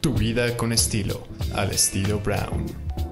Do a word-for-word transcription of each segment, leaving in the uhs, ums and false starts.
Tu vida con estilo, al estilo Brown.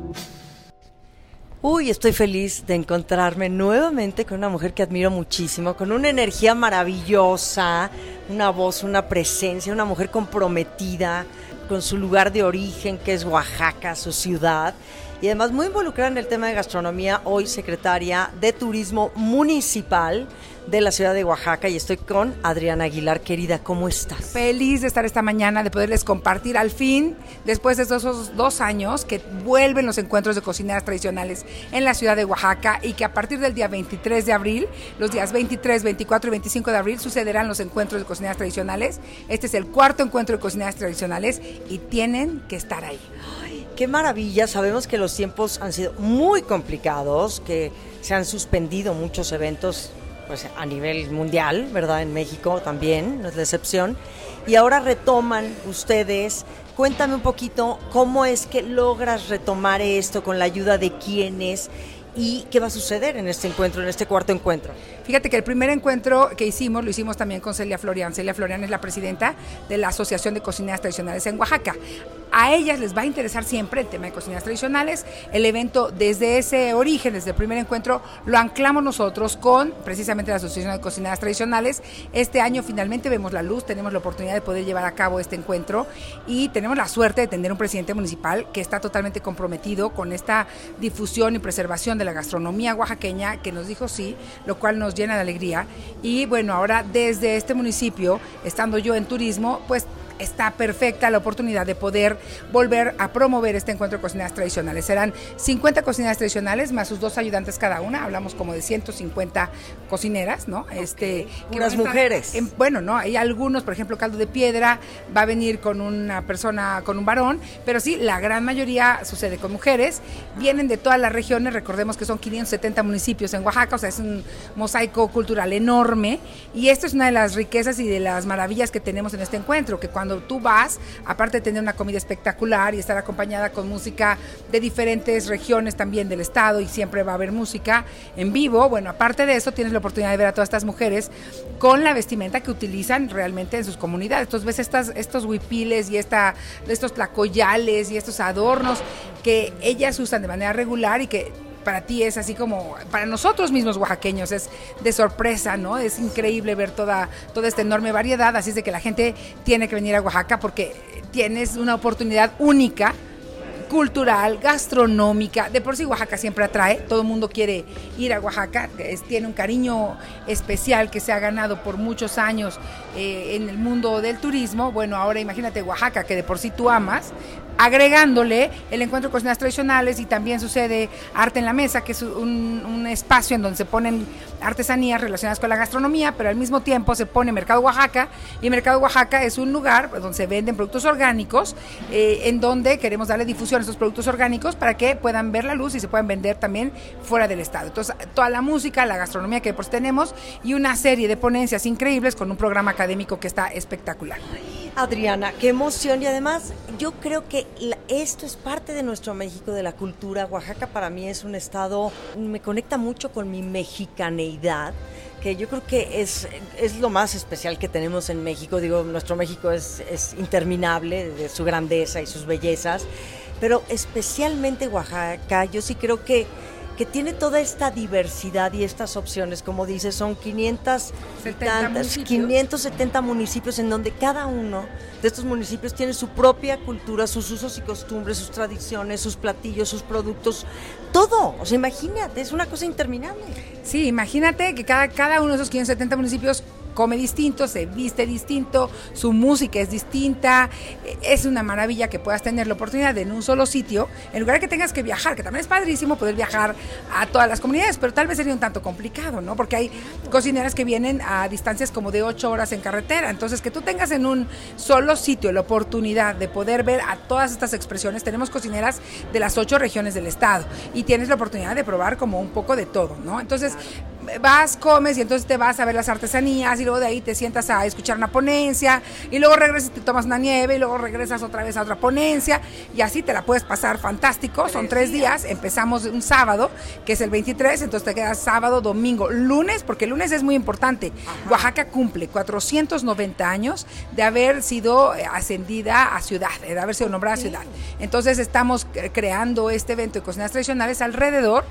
Uy, estoy feliz de encontrarme nuevamente con una mujer que admiro muchísimo, con una energía maravillosa, una voz, una presencia, una mujer comprometida con su lugar de origen, que es Oaxaca, su ciudad, y además muy involucrada en el tema de gastronomía, hoy secretaria de Turismo Municipal de la ciudad de Oaxaca, y estoy con Adriana Aguilar. Querida, ¿cómo estás? Feliz de estar esta mañana, de poderles compartir al fin, después de esos dos años, que vuelven los encuentros de cocineras tradicionales en la ciudad de Oaxaca, y que a partir del día veintitrés de abril, los días veintitrés, veinticuatro y veinticinco de abril, sucederán los encuentros de cocineras tradicionales. Este es el cuarto encuentro de cocineras tradicionales y tienen que estar ahí. Ay, qué maravilla. Sabemos que los tiempos han sido muy complicados, que se han suspendido muchos eventos pues a nivel mundial, ¿verdad? En México también, no es la excepción. Y ahora retoman ustedes. Cuéntame un poquito cómo es que logras retomar esto, con la ayuda de quiénes, y qué va a suceder en este encuentro, en este cuarto encuentro. Fíjate que el primer encuentro que hicimos, lo hicimos también con Celia Florian. Celia Florian es la presidenta de la Asociación de Cocineras Tradicionales en Oaxaca. A ellas les va a interesar siempre el tema de cocineras tradicionales. El evento, desde ese origen, desde el primer encuentro, lo anclamos nosotros con precisamente la Asociación de Cocineras Tradicionales. Este año finalmente vemos la luz, tenemos la oportunidad de poder llevar a cabo este encuentro y tenemos la suerte de tener un presidente municipal que está totalmente comprometido con esta difusión y preservación de la gastronomía oaxaqueña, que nos dijo sí, lo cual nos llena de alegría. Y bueno, ahora desde este municipio, estando yo en turismo, pues está perfecta la oportunidad de poder volver a promover este encuentro de cocineras tradicionales. Serán cincuenta cocineras tradicionales más sus dos ayudantes cada una, hablamos como de ciento cincuenta cocineras, ¿no? Okay. Este, unas mujeres. En, bueno, no, hay algunos, por ejemplo, Caldo de Piedra va a venir con una persona, con un varón, pero sí, la gran mayoría sucede con mujeres. Vienen de todas las regiones, recordemos que son quinientos setenta municipios en Oaxaca, o sea, es un mosaico cultural enorme, y esto es una de las riquezas y de las maravillas que tenemos en este encuentro, que cuando tú vas, aparte de tener una comida espectacular y estar acompañada con música de diferentes regiones también del estado, y siempre va a haber música en vivo, bueno, aparte de eso tienes la oportunidad de ver a todas estas mujeres con la vestimenta que utilizan realmente en sus comunidades. Entonces ves estas, estos huipiles y esta, estos tlacoyales y estos adornos que ellas usan de manera regular y que para ti es así como, para nosotros mismos oaxaqueños es de sorpresa, ¿no? Es increíble ver toda, toda esta enorme variedad, así es de que la gente tiene que venir a Oaxaca porque tienes una oportunidad única, cultural, gastronómica. De por sí Oaxaca siempre atrae, todo el mundo quiere ir a Oaxaca, es, tiene un cariño especial que se ha ganado por muchos años eh, en el mundo del turismo. Bueno, ahora imagínate Oaxaca, que de por sí tú amas, agregándole el encuentro de cocineras tradicionales, y también sucede Arte en la Mesa, que es un, un espacio en donde se ponen artesanías relacionadas con la gastronomía, pero al mismo tiempo se pone Mercado Oaxaca, y Mercado Oaxaca es un lugar donde se venden productos orgánicos, eh, en donde queremos darle difusión a estos productos orgánicos para que puedan ver la luz y se puedan vender también fuera del estado. Entonces, toda la música, la gastronomía que pues tenemos, y una serie de ponencias increíbles con un programa académico que está espectacular. Adriana, qué emoción. Y además yo creo que la, esto es parte de nuestro México, de la cultura. Oaxaca para mí es un estado, me conecta mucho con mi mexicaneidad, que yo creo que es, es lo más especial que tenemos en México. Digo, nuestro México es, es interminable de su grandeza y sus bellezas, pero especialmente Oaxaca, yo sí creo que que tiene toda esta diversidad y estas opciones, como dices, son quinientos setenta municipios, en donde cada uno de estos municipios tiene su propia cultura, sus usos y costumbres, sus tradiciones, sus platillos, sus productos, todo. O sea, imagínate, es una cosa interminable. Sí, imagínate que cada, cada uno de esos quinientos setenta municipios come distinto, se viste distinto, su música es distinta. Es una maravilla que puedas tener la oportunidad de en un solo sitio, en lugar de que tengas que viajar, que también es padrísimo poder viajar a todas las comunidades, pero tal vez sería un tanto complicado, ¿no? Porque hay cocineras que vienen a distancias como de ocho horas en carretera. Entonces, que tú tengas en un solo sitio la oportunidad de poder ver a todas estas expresiones. Tenemos cocineras de las ocho regiones del estado y tienes la oportunidad de probar como un poco de todo, ¿no? Entonces, vas, comes y entonces te vas a ver las artesanías y luego de ahí te sientas a escuchar una ponencia y luego regresas y te tomas una nieve y luego regresas otra vez a otra ponencia y así te la puedes pasar fantástico. Son tres días, empezamos un sábado, que es el veintitrés, entonces te quedas sábado, domingo, lunes, porque el lunes es muy importante. Ajá. Oaxaca cumple cuatrocientos noventa años de haber sido ascendida a ciudad, de haber sido nombrada ciudad. Entonces estamos creando este evento de cocinas tradicionales alrededor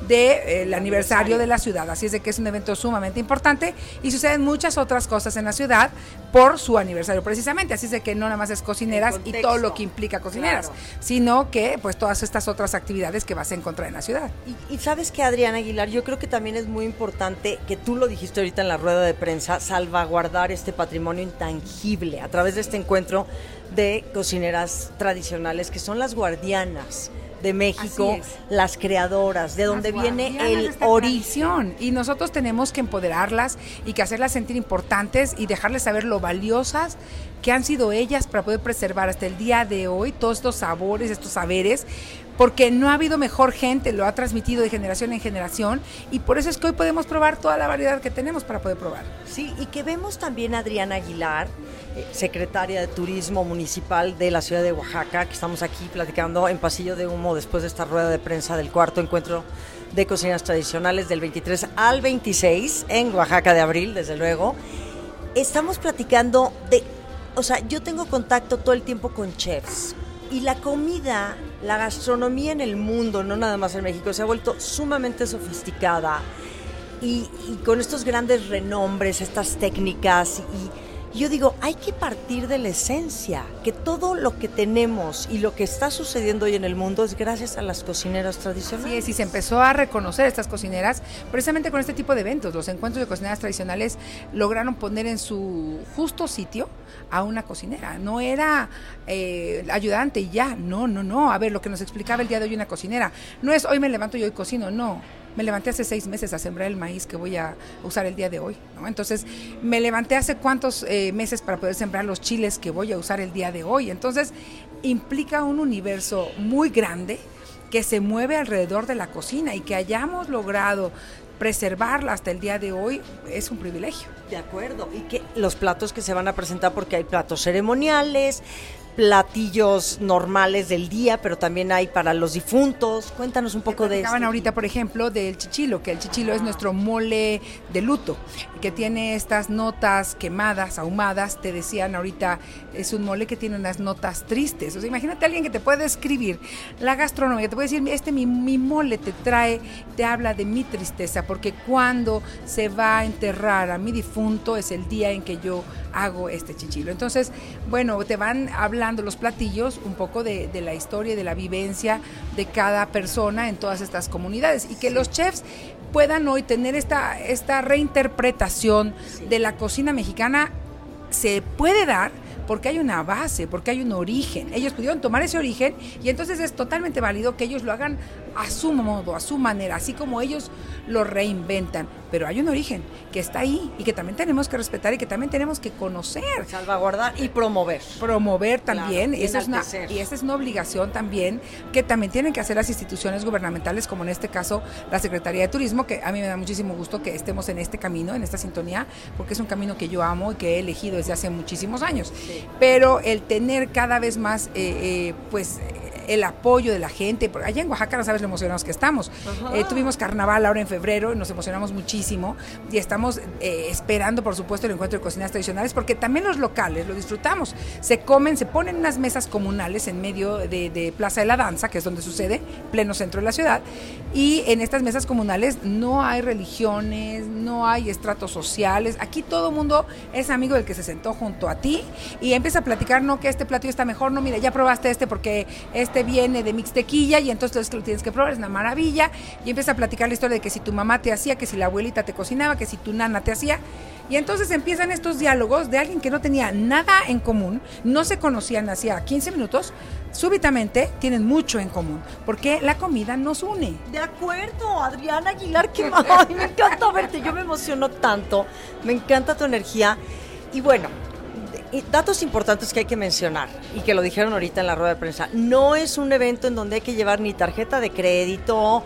del eh, aniversario de la ciudad, así es de que es un evento sumamente importante y suceden muchas otras cosas en la ciudad por su aniversario precisamente, así es de que no nada más es cocineras y todo lo que implica cocineras, claro, sino que pues todas estas otras actividades que vas a encontrar en la ciudad. Y, y sabes que, Adriana Aguilar, yo creo que también es muy importante, que tú lo dijiste ahorita en la rueda de prensa, salvaguardar este patrimonio intangible a través de este encuentro de cocineras tradicionales que son las guardianas de México, las creadoras, de donde viene el origen. Y nosotros tenemos que empoderarlas y que hacerlas sentir importantes y dejarles saber lo valiosas que han sido ellas para poder preservar hasta el día de hoy todos estos sabores, estos saberes, porque no ha habido mejor gente, lo ha transmitido de generación en generación y por eso es que hoy podemos probar toda la variedad que tenemos para poder probar. Sí, y que vemos también a Adriana Aguilar, eh, secretaria de Turismo Municipal de la ciudad de Oaxaca, que estamos aquí platicando en Pasillo de Humo después de esta rueda de prensa del cuarto encuentro de cocinas tradicionales del veintitrés al veintiséis en Oaxaca de Abril, desde luego. Estamos platicando de, o sea, yo tengo contacto todo el tiempo con chefs y la comida, la gastronomía en el mundo, no nada más en México, se ha vuelto sumamente sofisticada y, y con estos grandes renombres, estas técnicas y yo digo, hay que partir de la esencia, que todo lo que tenemos y lo que está sucediendo hoy en el mundo es gracias a las cocineras tradicionales. Sí, sí, se empezó a reconocer estas cocineras precisamente con este tipo de eventos. Los encuentros de cocineras tradicionales lograron poner en su justo sitio a una cocinera. No era eh, ayudante y ya, no, no, no. A ver, lo que nos explicaba el día de hoy una cocinera, no es hoy me levanto y hoy cocino, no. Me levanté hace seis meses a sembrar el maíz que voy a usar el día de hoy, ¿no? Entonces, me levanté hace cuántos eh, meses para poder sembrar los chiles que voy a usar el día de hoy. Entonces, implica un universo muy grande que se mueve alrededor de la cocina y que hayamos logrado preservarla hasta el día de hoy es un privilegio. De acuerdo, y que los platos que se van a presentar, porque hay platos ceremoniales, platillos normales del día, pero también hay para los difuntos. Cuéntanos un poco de esto. Acaban ahorita, por ejemplo, del chichilo, que el chichilo es nuestro mole de luto, que tiene estas notas quemadas, ahumadas. Te decían ahorita, es un mole que tiene unas notas tristes. O sea, imagínate a alguien que te puede describir la gastronomía, te puede decir, este mi, mi mole te trae, te habla de mi tristeza, porque cuando se va a enterrar a mi difunto es el día en que yo hago este chichilo. Entonces, bueno, te van hablando los platillos un poco de, de la historia y de la vivencia de cada persona en todas estas comunidades y que sí, los chefs puedan hoy tener esta, esta reinterpretación sí, de la cocina mexicana se puede dar porque hay una base, porque hay un origen. Ellos pudieron tomar ese origen y entonces es totalmente válido que ellos lo hagan a su modo, a su manera, así como ellos lo reinventan. Pero hay un origen que está ahí y que también tenemos que respetar y que también tenemos que conocer. Salvaguardar y promover. Promover también. Claro, y, esa es una, y esa es una obligación también que también tienen que hacer las instituciones gubernamentales, como en este caso la Secretaría de Turismo, que a mí me da muchísimo gusto que estemos en este camino, en esta sintonía, porque es un camino que yo amo y que he elegido desde hace muchísimos años. Sí. Pero el tener cada vez más, eh, eh, pues, el apoyo de la gente, porque allá en Oaxaca no sabes lo emocionados que estamos. Eh, tuvimos carnaval ahora en febrero y nos emocionamos muchísimo y estamos eh, esperando, por supuesto, el encuentro de cocinas tradicionales, porque también los locales lo disfrutamos. Se comen, se ponen unas mesas comunales en medio de, de Plaza de la Danza, que es donde sucede, pleno centro de la ciudad, y en estas mesas comunales no hay religiones, no hay estratos sociales. Aquí todo el mundo es amigo del que se sentó junto a ti y empieza a platicar, no, que este platillo está mejor, no, mira, ya probaste este porque este viene de mixtequilla y entonces lo tienes que probar, es una maravilla, y empieza a platicar la historia de que si tu mamá te hacía, que si la abuelita te cocinaba, que si tu nana te hacía, y entonces empiezan estos diálogos de alguien que no tenía nada en común, no se conocían hacía quince minutos, súbitamente tienen mucho en común, porque la comida nos une. De acuerdo, Adriana Aguilar, que ay, me encanta verte, yo me emociono tanto, me encanta tu energía, y bueno, datos importantes que hay que mencionar y que lo dijeron ahorita en la rueda de prensa. No es un evento en donde hay que llevar ni tarjeta de crédito,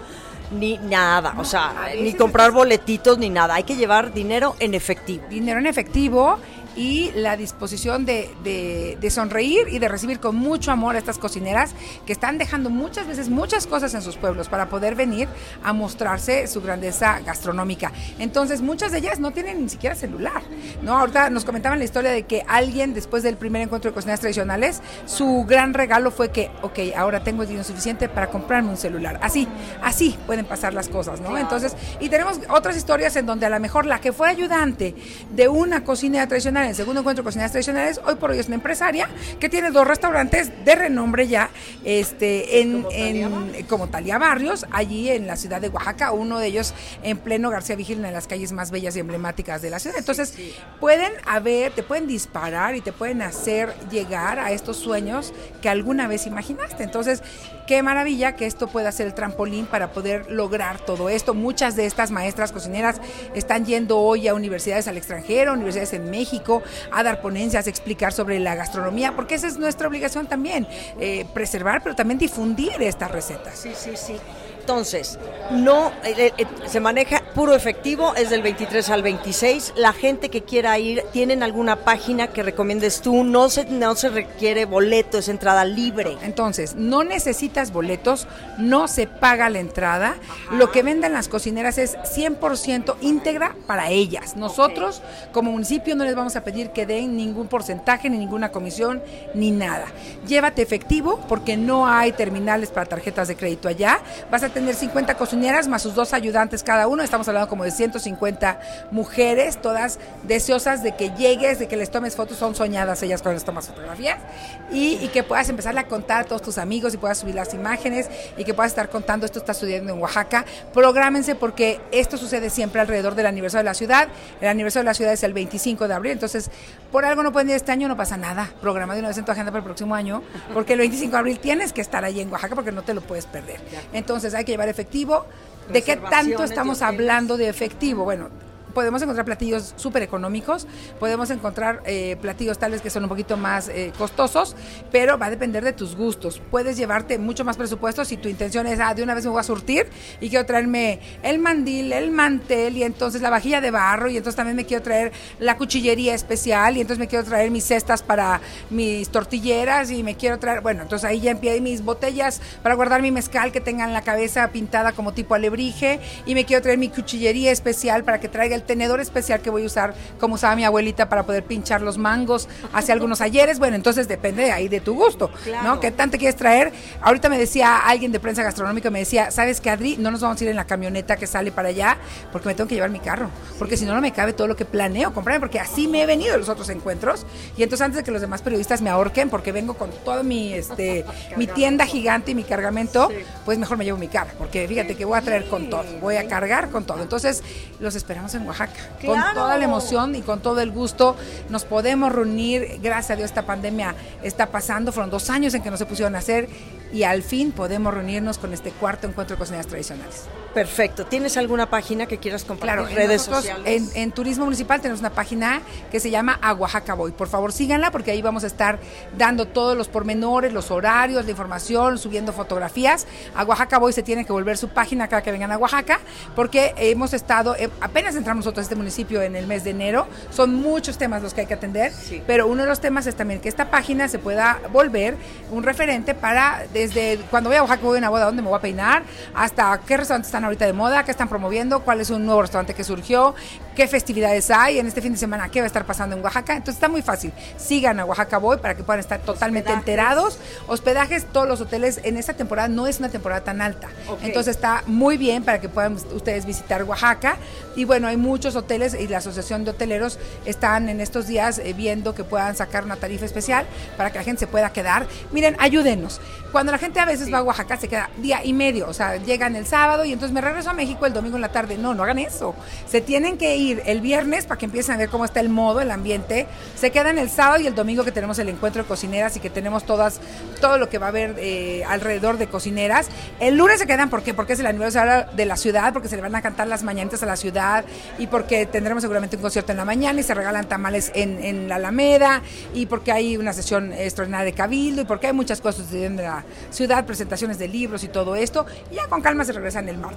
ni nada, o sea, A ni veces comprar es- boletitos ni nada. Hay que llevar dinero en efectivo. Dinero en efectivo y la disposición de, de, de sonreír y de recibir con mucho amor a estas cocineras que están dejando muchas veces muchas cosas en sus pueblos para poder venir a mostrarse su grandeza gastronómica. Entonces, muchas de ellas no tienen ni siquiera celular, ¿no? Ahorita nos comentaban la historia de que alguien, después del primer encuentro de cocineras tradicionales, su gran regalo fue que, ok, ahora tengo el dinero suficiente para comprarme un celular. Así, así pueden pasar las cosas, ¿no? Entonces, y tenemos otras historias en donde a lo mejor la que fue ayudante de una cocinera tradicional en el segundo encuentro de cocineras tradicionales, hoy por hoy es una empresaria que tiene dos restaurantes de renombre ya, este, en, Como Talia en como Talia Barrios, allí en la ciudad de Oaxaca, uno de ellos en pleno García Vigil, una de las calles más bellas y emblemáticas de la ciudad. Entonces, Sí, sí. pueden haber, te pueden disparar y te pueden hacer llegar a estos sueños que alguna vez imaginaste. Entonces, qué maravilla que esto pueda ser el trampolín para poder lograr todo esto. Muchas de estas maestras cocineras están yendo hoy a universidades al extranjero, universidades en México, a dar ponencias, a explicar sobre la gastronomía, porque esa es nuestra obligación también, eh, preservar, pero también difundir estas recetas. Sí, sí, sí. Entonces, no eh, eh, se maneja puro efectivo, es del veintitrés al veintiséis. La gente que quiera ir, ¿tienen alguna página que recomiendes tú? No se, no se requiere boleto, es entrada libre. Entonces, no necesitas boletos, no se paga la entrada. Lo que venden las cocineras es cien por ciento íntegra para ellas. Nosotros, como municipio, no les vamos a pedir que den ningún porcentaje, ni ninguna comisión, ni nada. Llévate efectivo, porque no hay terminales para tarjetas de crédito allá. Vas a tener cincuenta cocineras más sus dos ayudantes cada uno. Estamos hablando como de ciento cincuenta mujeres, todas deseosas de que llegues, de que les tomes fotos. Son soñadas ellas cuando les tomas fotografías. Y, y que puedas empezarle a contar a todos tus amigos y puedas subir las imágenes y que puedas estar contando esto está sucediendo en Oaxaca. Prográmense porque esto sucede siempre alrededor del aniversario de la ciudad. El aniversario de la ciudad es el veinticinco de abril, entonces por algo no pueden ir este año, no pasa nada. Programa de una vez en tu agenda para el próximo año, porque el veinticinco de abril tienes que estar ahí en Oaxaca porque no te lo puedes perder. Entonces hay que llevar efectivo. ¿De qué tanto estamos hablando de efectivo? Bueno, podemos encontrar platillos súper económicos, podemos encontrar eh, platillos tales que son un poquito más eh, costosos, pero va a depender de tus gustos. Puedes llevarte mucho más presupuesto si tu intención es, ah, de una vez me voy a surtir y quiero traerme el mandil, el mantel y entonces la vajilla de barro y entonces también me quiero traer la cuchillería especial y entonces me quiero traer mis cestas para mis tortilleras y me quiero traer, bueno, entonces ahí ya empiezan mis botellas para guardar mi mezcal que tengan la cabeza pintada como tipo alebrije y me quiero traer mi cuchillería especial para que traiga el tenedor especial que voy a usar como usaba mi abuelita para poder pinchar los mangos hace algunos ayeres. Bueno, entonces depende de ahí de tu gusto, Claro. ¿no? ¿Qué tanto quieres traer? Ahorita me decía alguien de prensa gastronómica, me decía, ¿sabes qué, Adri? No nos vamos a ir en la camioneta que sale para allá porque me tengo que llevar mi carro, porque si no, no me cabe todo lo que planeo comprarme, porque así me he venido de los otros encuentros y entonces antes de que los demás periodistas me ahorquen, porque vengo con toda mi, este, mi tienda gigante y mi cargamento, sí. Pues mejor me llevo mi carro, porque fíjate que voy a traer con todo, voy a cargar con todo. Entonces, los esperamos en Oaxaca. Claro. Con toda la emoción y con todo el gusto nos podemos reunir. Gracias a Dios esta pandemia está pasando, fueron dos años en que no se pusieron a hacer y al fin podemos reunirnos con este cuarto encuentro de cocineras tradicionales. Perfecto. ¿Tienes alguna página que quieras compartir? Claro, redes nosotros, sociales. En, en Turismo Municipal tenemos una página que se llama A Oaxaca Voy. Por favor, síganla porque ahí vamos a estar dando todos los pormenores, los horarios, la información, subiendo fotografías. A Oaxaca Voy se tiene que volver su página cada que vengan a Oaxaca porque hemos estado, eh, apenas entramos nosotros a este municipio en el mes de enero, son muchos temas los que hay que atender, sí. Pero uno de los temas es también que esta página se pueda volver un referente para desde cuando voy a Oaxaca voy a una boda, dónde me voy a peinar, hasta qué restaurantes están ahorita de moda, qué están promoviendo, cuál es un nuevo restaurante que surgió, qué festividades hay en este fin de semana, qué va a estar pasando en Oaxaca. Entonces está muy fácil, sigan a Oaxaca Voy para que puedan estar totalmente hospedajes. enterados. Hospedajes, todos los hoteles en esta temporada no es una temporada tan alta, okay. Entonces está muy bien para que puedan ustedes visitar Oaxaca y bueno, hay muchos hoteles y la Asociación de Hoteleros están en estos días eh, viendo que puedan sacar una tarifa especial para que la gente se pueda quedar. Miren, ayúdenos. Cuando la gente a veces sí. va a Oaxaca se queda día y medio, o sea, llegan el sábado y entonces me regreso a México el domingo en la tarde. No, no hagan eso. Se tienen que ir el viernes para que empiecen a ver cómo está el modo, el ambiente. Se quedan el sábado y el domingo que tenemos el encuentro de cocineras y que tenemos todas, todo lo que va a haber eh, alrededor de cocineras. El lunes se quedan, ¿por qué? Porque es el aniversario de la ciudad, porque se le van a cantar las mañanitas a la ciudad y porque tendremos seguramente un concierto en la mañana y se regalan tamales en, en la Alameda y porque hay una sesión extraordinaria de Cabildo y porque hay muchas cosas de la ciudad, presentaciones de libros y todo esto, y ya con calma se regresan el martes.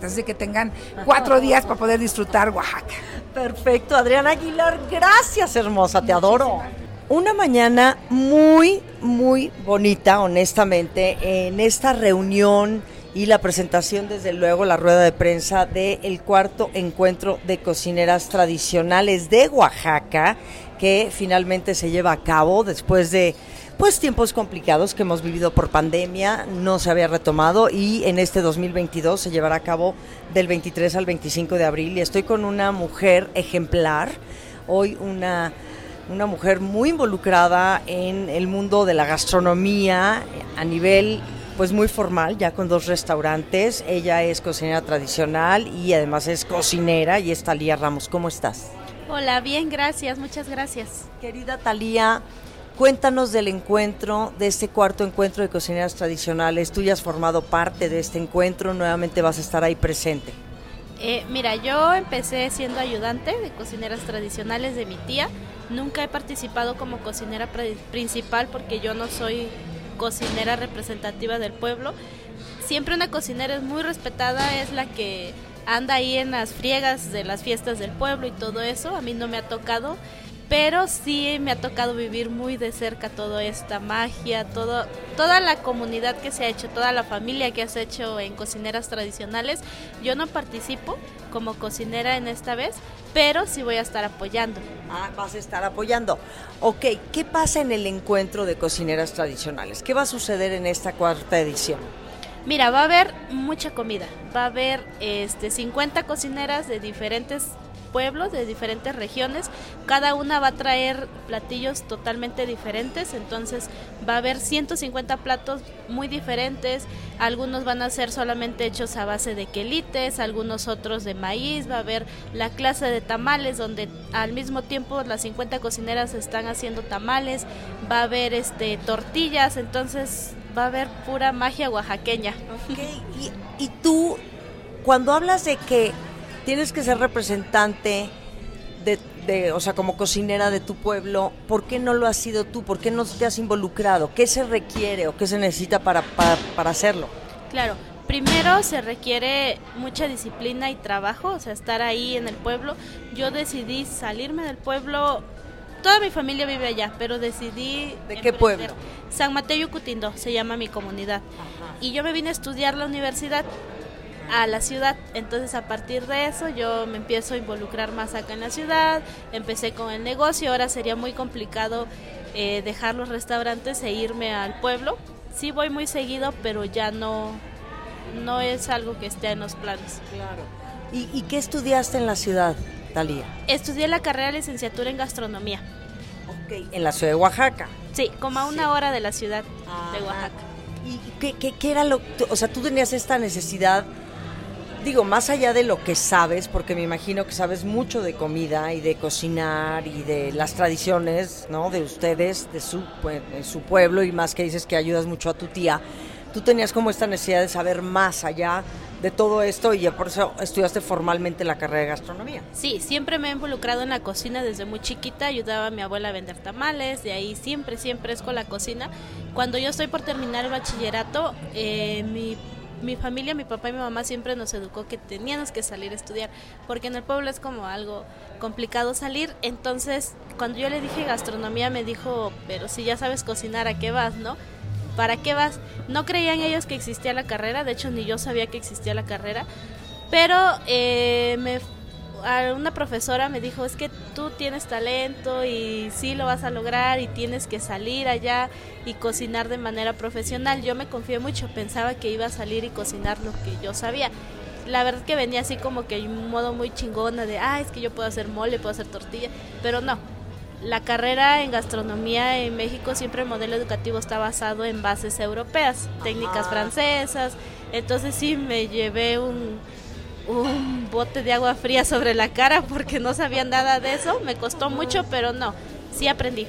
fuertes, así que tengan cuatro días para poder disfrutar Oaxaca. Perfecto, Adriana Aguilar, gracias, hermosa, te adoro. Una mañana muy, muy bonita, honestamente, en esta reunión y la presentación, desde luego, la rueda de prensa del cuarto encuentro de cocineras tradicionales de Oaxaca, que finalmente se lleva a cabo después de pues tiempos complicados que hemos vivido por pandemia, no se había retomado y en este dos mil veintidós se llevará a cabo del veintitrés al veinticinco de abril y estoy con una mujer ejemplar, hoy una, una mujer muy involucrada en el mundo de la gastronomía a nivel pues muy formal, ya con dos restaurantes. Ella es cocinera tradicional y además es cocinera y es Talía Ramos. ¿Cómo estás? Hola, bien, gracias, muchas gracias. Querida Talía, cuéntanos del encuentro, de este cuarto encuentro de cocineras tradicionales. Tú ya has formado parte de este encuentro, nuevamente vas a estar ahí presente. Eh, mira, yo empecé siendo ayudante de cocineras tradicionales de mi tía. Nunca he participado como cocinera pre- principal porque yo no soy cocinera representativa del pueblo. Siempre una cocinera es muy respetada, es la que anda ahí en las friegas de las fiestas del pueblo y todo eso. A mí no me ha tocado, pero sí me ha tocado vivir muy de cerca toda esta magia, todo, toda la comunidad que se ha hecho, toda la familia que has hecho en cocineras tradicionales. Yo no participo como cocinera en esta vez, pero sí voy a estar apoyando. Ah, vas a estar apoyando. Ok, ¿qué pasa en el encuentro de cocineras tradicionales? ¿Qué va a suceder en esta cuarta edición? Mira, va a haber mucha comida, va a haber este, cincuenta cocineras de diferentes pueblos, de diferentes regiones, cada una va a traer platillos totalmente diferentes, entonces va a haber ciento cincuenta platos muy diferentes, algunos van a ser solamente hechos a base de quelites, algunos otros de maíz, va a haber la clase de tamales donde al mismo tiempo las cincuenta cocineras están haciendo tamales, va a haber este tortillas, entonces va a haber pura magia oaxaqueña. Okay. Y, y tú, cuando hablas de que tienes que ser representante de, de, o sea, como cocinera de tu pueblo, ¿por qué no lo has sido tú? ¿Por qué no te has involucrado? ¿Qué se requiere o qué se necesita para, para, para hacerlo? Claro, primero se requiere mucha disciplina y trabajo, o sea, estar ahí en el pueblo. Yo decidí salirme del pueblo, toda mi familia vive allá, pero decidí... ¿De qué pueblo? San Mateo Yucutindo, se llama mi comunidad. Ajá. Y yo me vine a estudiar la universidad a la ciudad, entonces a partir de eso yo me empiezo a involucrar más acá en la ciudad, empecé con el negocio, ahora sería muy complicado eh, dejar los restaurantes e irme al pueblo. Sí voy muy seguido, pero ya no, no es algo que esté en los planes. Claro. ¿Y, y qué estudiaste en la ciudad, Talía? Estudié la carrera de licenciatura en gastronomía. Ok, en la ciudad de Oaxaca. Sí, como a una sí. hora de la ciudad ah, de Oaxaca. ¿Y qué, qué, qué era lo, o sea, tú tenías esta necesidad? Digo, más allá de lo que sabes, porque me imagino que sabes mucho de comida y de cocinar y de las tradiciones, ¿no? De ustedes, de su, pues, de su pueblo, y más que dices que ayudas mucho a tu tía. Tú tenías como esta necesidad de saber más allá de todo esto y ya por eso estudiaste formalmente la carrera de gastronomía. Sí, siempre me he involucrado en la cocina desde muy chiquita, ayudaba a mi abuela a vender tamales, de ahí siempre, siempre es con la cocina. Cuando yo estoy por terminar el bachillerato, eh, mi Mi familia, mi papá y mi mamá siempre nos educó que teníamos que salir a estudiar, porque en el pueblo es como algo complicado salir. Entonces, cuando yo le dije gastronomía, me dijo, pero si ya sabes cocinar, ¿a qué vas, no? ¿Para qué vas? No creían ellos que existía la carrera, de hecho ni yo sabía que existía la carrera, pero eh, me, una profesora me dijo, es que tú tienes talento y sí lo vas a lograr y tienes que salir allá y cocinar de manera profesional. Yo me confié mucho, pensaba que iba a salir y cocinar lo que yo sabía. La verdad que venía así como que en un modo muy chingona de, ah, es que yo puedo hacer mole, puedo hacer tortilla, pero no. La carrera en gastronomía en México, siempre el modelo educativo está basado en bases europeas, técnicas francesas, entonces sí me llevé un... un bote de agua fría sobre la cara porque no sabía nada de eso, me costó mucho, pero no, sí aprendí.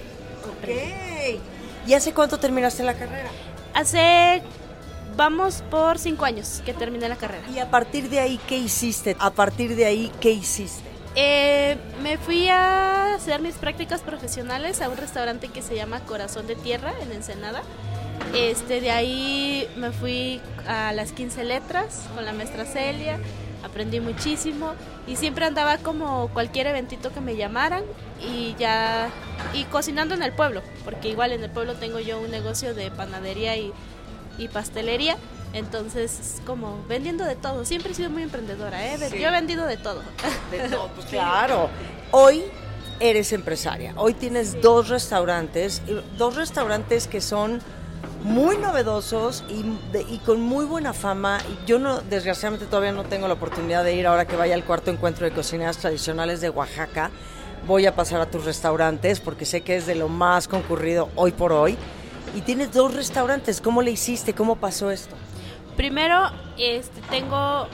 Ok. ¿Y hace cuánto terminaste la carrera? Hace, vamos por cinco años que terminé la carrera. ¿Y a partir de ahí qué hiciste? ¿A partir de ahí qué hiciste? Eh, me fui a hacer mis prácticas profesionales a un restaurante que se llama Corazón de Tierra en Ensenada. Este, de ahí me fui a las quince letras con la maestra Celia. aprendí muchísimo y siempre andaba como cualquier eventito que me llamaran y ya, y cocinando en el pueblo, porque igual en el pueblo tengo yo un negocio de panadería y, y pastelería, entonces como vendiendo de todo, siempre he sido muy emprendedora, ¿eh? Sí. Yo he vendido de todo. De todo, pues claro. Hoy eres empresaria, hoy tienes dos restaurantes, dos restaurantes que son muy novedosos y, de, y con muy buena fama. Yo no, desgraciadamente todavía no tengo la oportunidad de ir ahora que vaya al cuarto encuentro de cocineras tradicionales de Oaxaca. Voy a pasar a tus restaurantes porque sé que es de lo más concurrido hoy por hoy. Y tienes dos restaurantes, ¿cómo le hiciste? ¿Cómo pasó esto? Primero, este, tengo,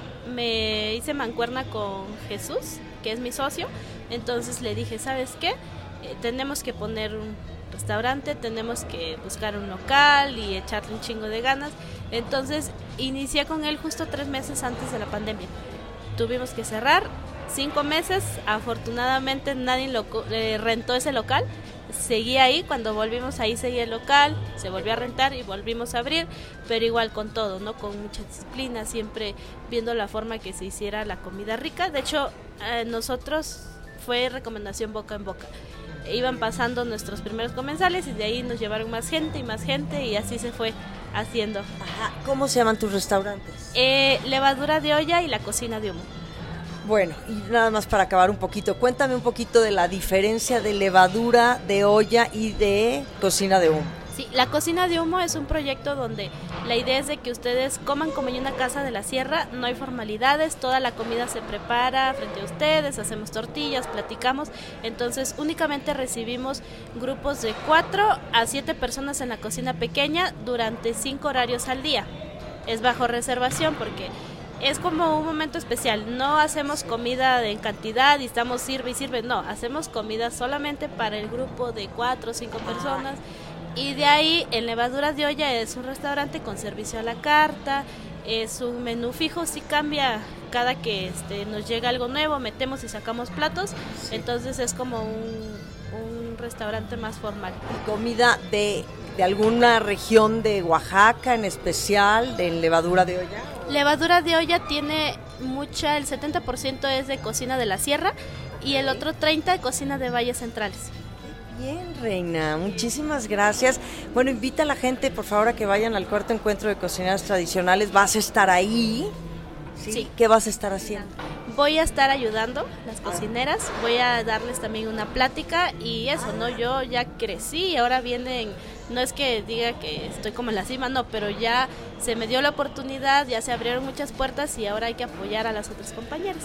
me hice mancuerna con Jesús, que es mi socio, entonces le dije, ¿sabes qué? Eh, tenemos que poner un restaurante, tenemos que buscar un local y echarle un chingo de ganas. Entonces inicié con él justo tres meses antes de la pandemia. Tuvimos que cerrar cinco meses, afortunadamente nadie lo, eh, rentó ese local. Seguí ahí, cuando volvimos ahí seguí el local, se volvió a rentar y volvimos a abrir, pero igual con todo, ¿no? Con mucha disciplina, siempre viendo la forma que se hiciera la comida rica. De hecho, eh, nosotros fue recomendación boca en boca. Iban pasando nuestros primeros comensales y de ahí nos llevaron más gente y más gente y así se fue haciendo. Ajá. ¿Cómo se llaman tus restaurantes? Eh, Levadura de Olla y La Cocina de Humo. Bueno, y nada más para acabar un poquito, cuéntame un poquito de la diferencia de levadura de olla y de cocina de humo. Sí, La Cocina de Humo es un proyecto donde la idea es de que ustedes coman como en una casa de la sierra, no hay formalidades, toda la comida se prepara frente a ustedes, hacemos tortillas, platicamos, entonces únicamente recibimos grupos de cuatro a siete personas en la cocina pequeña durante cinco horarios al día. Es bajo reservación porque es como un momento especial, no hacemos comida en cantidad y estamos sirve y sirve, no, hacemos comida solamente para el grupo de cuatro o cinco personas. Y de ahí, en Levadura de Olla es un restaurante con servicio a la carta, es un menú fijo, sí cambia cada que este, nos llega algo nuevo, metemos y sacamos platos, sí. Entonces es como un, un restaurante más formal. ¿Comida de, de alguna región de Oaxaca en especial, de Levadura de Olla? Levadura de Olla tiene mucha, el setenta por ciento es de cocina de la sierra y el otro treinta por ciento de cocina de valles centrales. Bien, Reina, muchísimas gracias. Bueno, invita a la gente, por favor, a que vayan al cuarto encuentro de cocineras tradicionales. ¿Vas a estar ahí? ¿Sí? Sí. ¿Qué vas a estar haciendo? Voy a estar ayudando las cocineras, voy a darles también una plática y eso, ¿no? Yo ya crecí y ahora vienen, no es que diga que estoy como en la cima, no, pero ya se me dio la oportunidad, ya se abrieron muchas puertas y ahora hay que apoyar a las otras compañeras.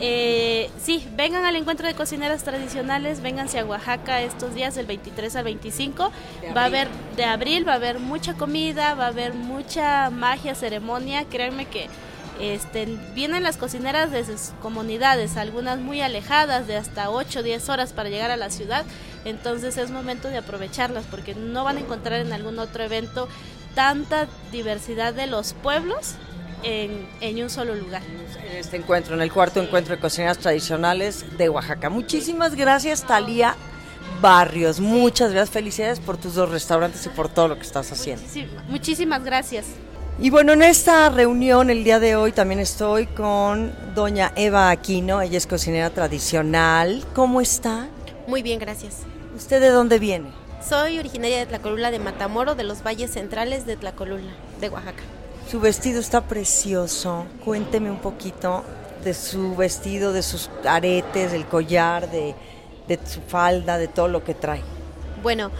Eh, sí, vengan al encuentro de cocineras tradicionales, vénganse a Oaxaca estos días del veintitrés al veinticinco, va a haber de abril, va a haber mucha comida, va a haber mucha magia, ceremonia, créanme que Este, vienen las cocineras de sus comunidades, algunas muy alejadas de hasta ocho o diez horas para llegar a la ciudad, entonces es momento de aprovecharlas porque no van a encontrar en algún otro evento tanta diversidad de los pueblos en, en un solo lugar. En este encuentro, en el cuarto encuentro de cocineras tradicionales de Oaxaca. Muchísimas gracias, Talía Barrios, muchas gracias, felicidades por tus dos restaurantes y por todo lo que estás haciendo. Muchísimas, muchísimas gracias. Y bueno, en esta reunión el día de hoy también estoy con doña Eva Aquino, ella es cocinera tradicional. ¿Cómo está? Muy bien, gracias. ¿Usted de dónde viene? Soy originaria de Tlacolula de Matamoros, de los valles centrales de Tlacolula, de Oaxaca. Su vestido está precioso, cuénteme un poquito de su vestido, de sus aretes, del collar, de, de su falda, de todo lo que trae. Bueno,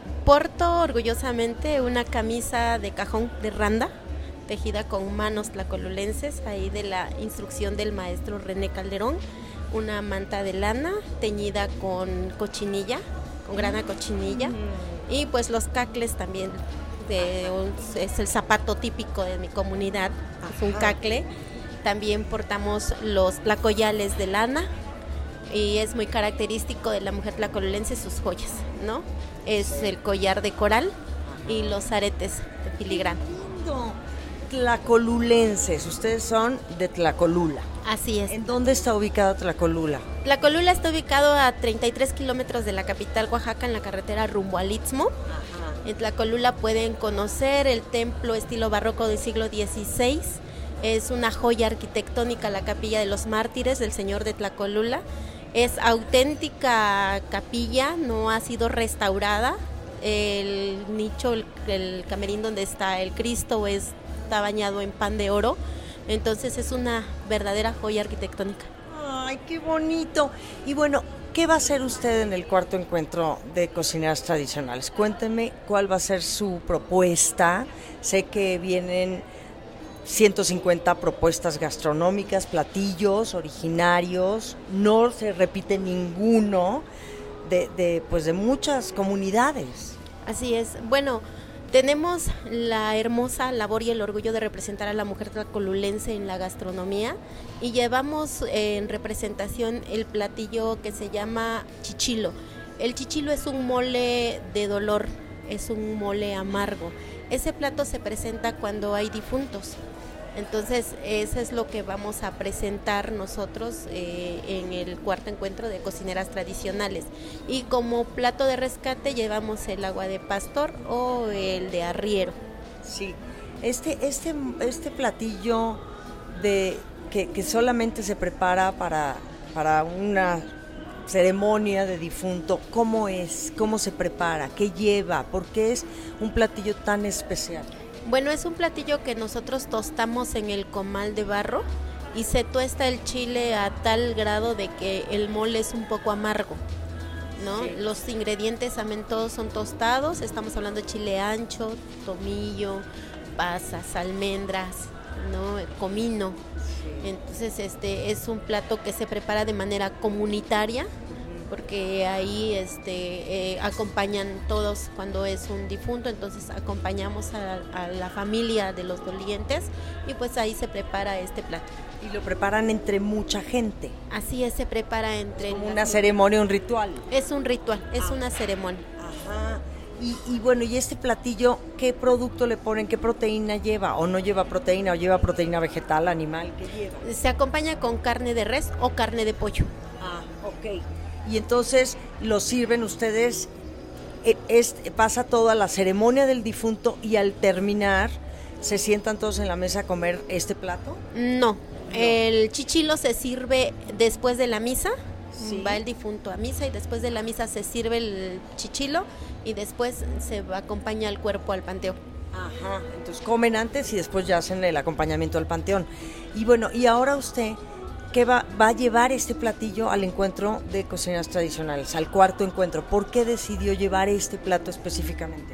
porto orgullosamente una camisa de cajón de randa, tejida con manos tlacolulenses, ahí de la instrucción del maestro René Calderón, una manta de lana teñida con cochinilla, con grana cochinilla, mm. y pues los cacles también, de, es el zapato típico de mi comunidad, es un cacle. También portamos los tlacoyales de lana, y es muy característico de la mujer tlacolulense sus joyas, ¿no? Es el collar de coral y los aretes de filigrana. Tlacolulenses, ustedes son de Tlacolula. Así es. ¿En dónde está ubicado Tlacolula? Tlacolula está ubicado a treinta y tres kilómetros de la capital Oaxaca, en la carretera rumbo al Istmo. Ajá. En Tlacolula pueden conocer el templo estilo barroco del siglo dieciséis, Es una joya arquitectónica la capilla de los mártires del Señor de Tlacolula. Es auténtica capilla, no ha sido restaurada. El nicho, el, el camerín donde está el Cristo es, está bañado en pan de oro. Entonces es una verdadera joya arquitectónica. ¡Ay, qué bonito! Y bueno, ¿qué va a hacer usted en el cuarto encuentro de cocineras tradicionales? Cuénteme cuál va a ser su propuesta. Sé que vienen ciento cincuenta propuestas gastronómicas, platillos originarios, no se repite ninguno de, de, pues de muchas comunidades. Así es. Bueno, tenemos la hermosa labor y el orgullo de representar a la mujer tlacolulense en la gastronomía y llevamos en representación el platillo que se llama chichilo. El chichilo es un mole de dolor, es un mole amargo. Ese plato se presenta cuando hay difuntos. Entonces, eso es lo que vamos a presentar nosotros eh, en el cuarto encuentro de cocineras tradicionales. Y como plato de rescate llevamos el agua de pastor o el de arriero. Sí, este, este, este platillo de, que, que solamente se prepara para, para una ceremonia de difunto, ¿cómo es? ¿Cómo se prepara? ¿Qué lleva? ¿Por qué es un platillo tan especial? Bueno, es un platillo que nosotros tostamos en el comal de barro y se tuesta el chile a tal grado de que el mole es un poco amargo, ¿no? Sí. Los ingredientes también todos son tostados, estamos hablando de chile ancho, tomillo, pasas, almendras, ¿no? Comino. Sí. Entonces este es un plato que se prepara de manera comunitaria, porque ahí este, eh, acompañan todos cuando es un difunto, entonces acompañamos a, a la familia de los dolientes y pues ahí se prepara este plato. Y lo preparan entre mucha gente. Así es, se prepara entre... Es como una ceremonia, un ritual. Es un ritual, es ah. una ceremonia. Ajá. Y, y bueno, ¿y este platillo qué producto le ponen? ¿Qué proteína lleva? ¿O no lleva proteína? ¿O lleva proteína vegetal, animal? ¿Qué lleva? Se acompaña con carne de res o carne de pollo. Ah, ok. Y entonces lo sirven ustedes, es, pasa toda la ceremonia del difunto y al terminar, ¿se sientan todos en la mesa a comer este plato? No, no. El chichilo se sirve después de la misa, sí. Va el difunto a misa y después de la misa se sirve el chichilo y después se acompaña el cuerpo al panteón. Ajá, entonces comen antes y después ya hacen el acompañamiento al panteón. Y bueno, y ahora usted... ¿Qué va, va a llevar este platillo al encuentro de cocineras tradicionales, al cuarto encuentro? ¿Por qué decidió llevar este plato específicamente?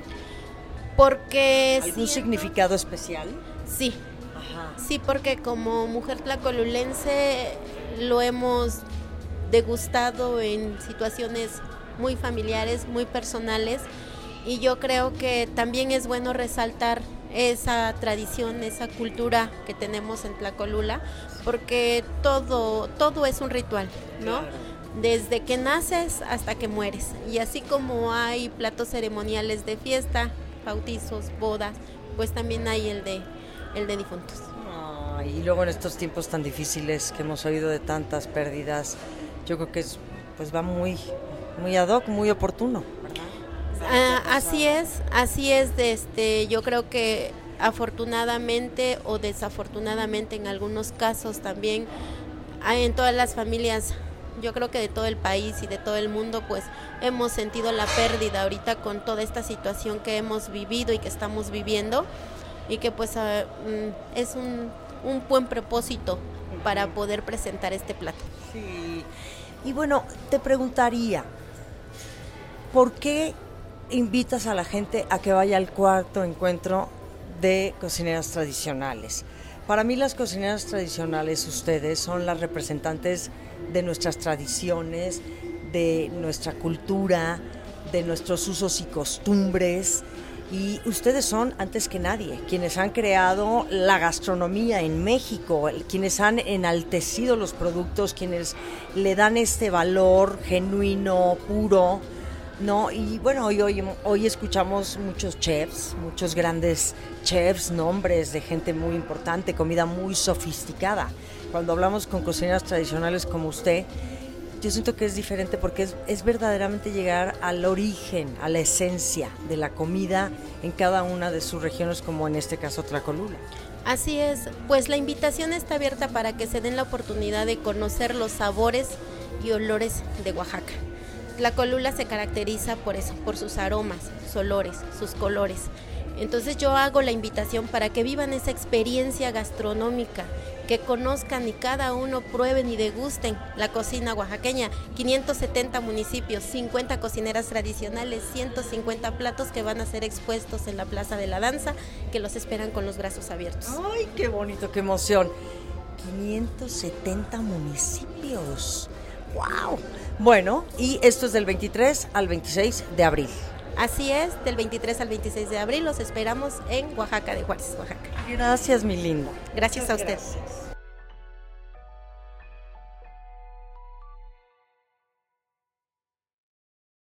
Porque... ¿Algún siento... significado especial? Sí, Ajá. sí, porque como mujer tlacolulense lo hemos degustado en situaciones muy familiares, muy personales, y yo creo que también es bueno resaltar esa tradición, esa cultura que tenemos en Tlacolula, porque todo, todo es un ritual, ¿no? Claro. Desde que naces hasta que mueres. Y así como hay platos ceremoniales de fiesta, bautizos, bodas, pues también hay el de, el de difuntos. Ay, y luego en estos tiempos tan difíciles que hemos oído de tantas pérdidas, yo creo que es, pues va muy, muy ad hoc, muy oportuno, ¿verdad? Ah, así es, así es, de este, yo creo que afortunadamente o desafortunadamente en algunos casos también hay en todas las familias, yo creo que de todo el país y de todo el mundo, pues hemos sentido la pérdida ahorita con toda esta situación que hemos vivido y que estamos viviendo y que pues uh, es un, un buen propósito para poder presentar este plato. Sí, y bueno, te preguntaría, ¿por qué invitas a la gente a que vaya al cuarto encuentro de cocineras tradicionales? Para mí las cocineras tradicionales, ustedes son las representantes de nuestras tradiciones, de nuestra cultura, de nuestros usos y costumbres, y ustedes son, antes que nadie, quienes han creado la gastronomía en México, quienes han enaltecido los productos, quienes le dan este valor genuino, puro, ¿no? Y bueno, hoy, hoy, hoy escuchamos muchos chefs, muchos grandes chefs, nombres de gente muy importante, comida muy sofisticada. Cuando hablamos con cocineras tradicionales como usted, yo siento que es diferente porque es, es verdaderamente llegar al origen, a la esencia de la comida en cada una de sus regiones, como en este caso Tlacolula. Así es, pues la invitación está abierta para que se den la oportunidad de conocer los sabores y olores de Oaxaca. Tlacolula se caracteriza por eso, por sus aromas, sus olores, sus colores. Entonces yo hago la invitación para que vivan esa experiencia gastronómica, que conozcan y cada uno prueben y degusten la cocina oaxaqueña. quinientos setenta municipios, cincuenta cocineras tradicionales, ciento cincuenta platos que van a ser expuestos en la Plaza de la Danza, que los esperan con los brazos abiertos. ¡Ay, qué bonito, qué emoción! quinientos setenta municipios. ¡Wow! Bueno, y esto es del veintitrés al veintiséis de abril. Así es, del veintitrés al veintiséis de abril los esperamos en Oaxaca de Juárez, Oaxaca. Gracias, mi linda. Gracias Muchas a usted. Gracias.